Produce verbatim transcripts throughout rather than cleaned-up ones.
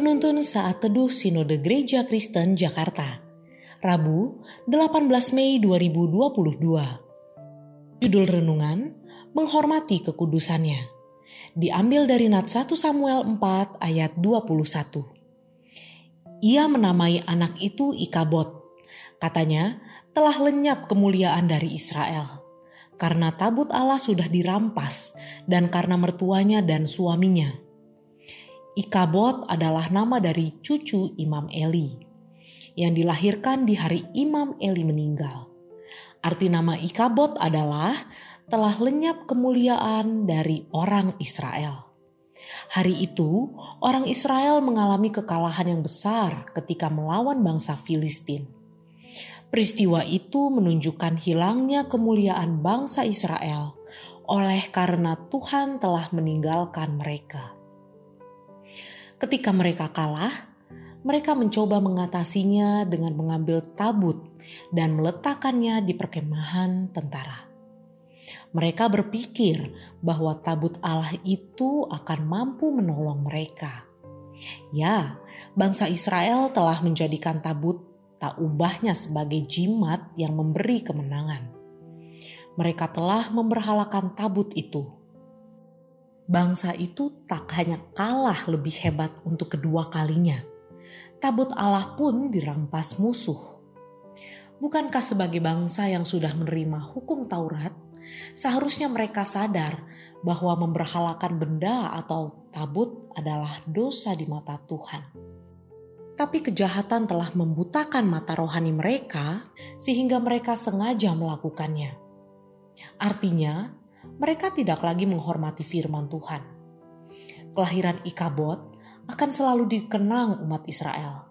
Penuntun Saat Teduh Sinode Gereja Kristen Jakarta, Rabu delapan belas Mei dua ribu dua puluh dua. Judul renungan, Menghormati Kekudusannya. Diambil dari Nats satu Samuel empat ayat dua puluh satu. Ia menamai anak itu Ikabod. Katanya, telah lenyap kemuliaan dari Israel. Karena tabut Allah sudah dirampas dan karena mertuanya dan suaminya. Ikabod adalah nama dari cucu Imam Eli yang dilahirkan di hari Imam Eli meninggal. Arti nama Ikabod adalah telah lenyap kemuliaan dari orang Israel. Hari itu orang Israel mengalami kekalahan yang besar ketika melawan bangsa Filistin. Peristiwa itu menunjukkan hilangnya kemuliaan bangsa Israel oleh karena Tuhan telah meninggalkan mereka. Ketika mereka kalah, mereka mencoba mengatasinya dengan mengambil tabut dan meletakkannya di perkemahan tentara. Mereka berpikir bahwa tabut Allah itu akan mampu menolong mereka. Ya, bangsa Israel telah menjadikan tabut tak ubahnya sebagai jimat yang memberi kemenangan. Mereka telah memberhalakan tabut itu. Bangsa itu tak hanya kalah lebih hebat untuk kedua kalinya, tabut Allah pun dirampas musuh. Bukankah sebagai bangsa yang sudah menerima hukum Taurat, seharusnya mereka sadar bahwa memberhalakan benda atau tabut adalah dosa di mata Tuhan. Tapi kejahatan telah membutakan mata rohani mereka sehingga mereka sengaja melakukannya. Artinya, mereka tidak lagi menghormati firman Tuhan. Kelahiran Ikabod akan selalu dikenang umat Israel.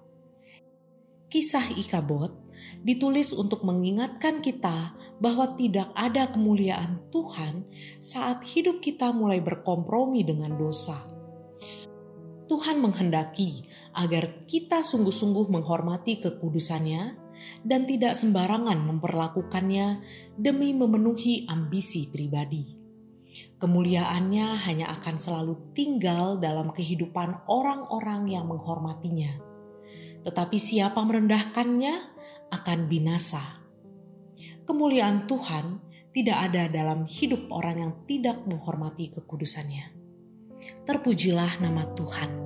Kisah Ikabod ditulis untuk mengingatkan kita bahwa tidak ada kemuliaan Tuhan saat hidup kita mulai berkompromi dengan dosa. Tuhan menghendaki agar kita sungguh-sungguh menghormati kekudusannya dan tidak sembarangan memperlakukannya demi memenuhi ambisi pribadi. Kemuliaannya hanya akan selalu tinggal dalam kehidupan orang-orang yang menghormatinya. Tetapi siapa merendahkannya akan binasa. Kemuliaan Tuhan tidak ada dalam hidup orang yang tidak menghormati kekudusannya. Terpujilah nama Tuhan.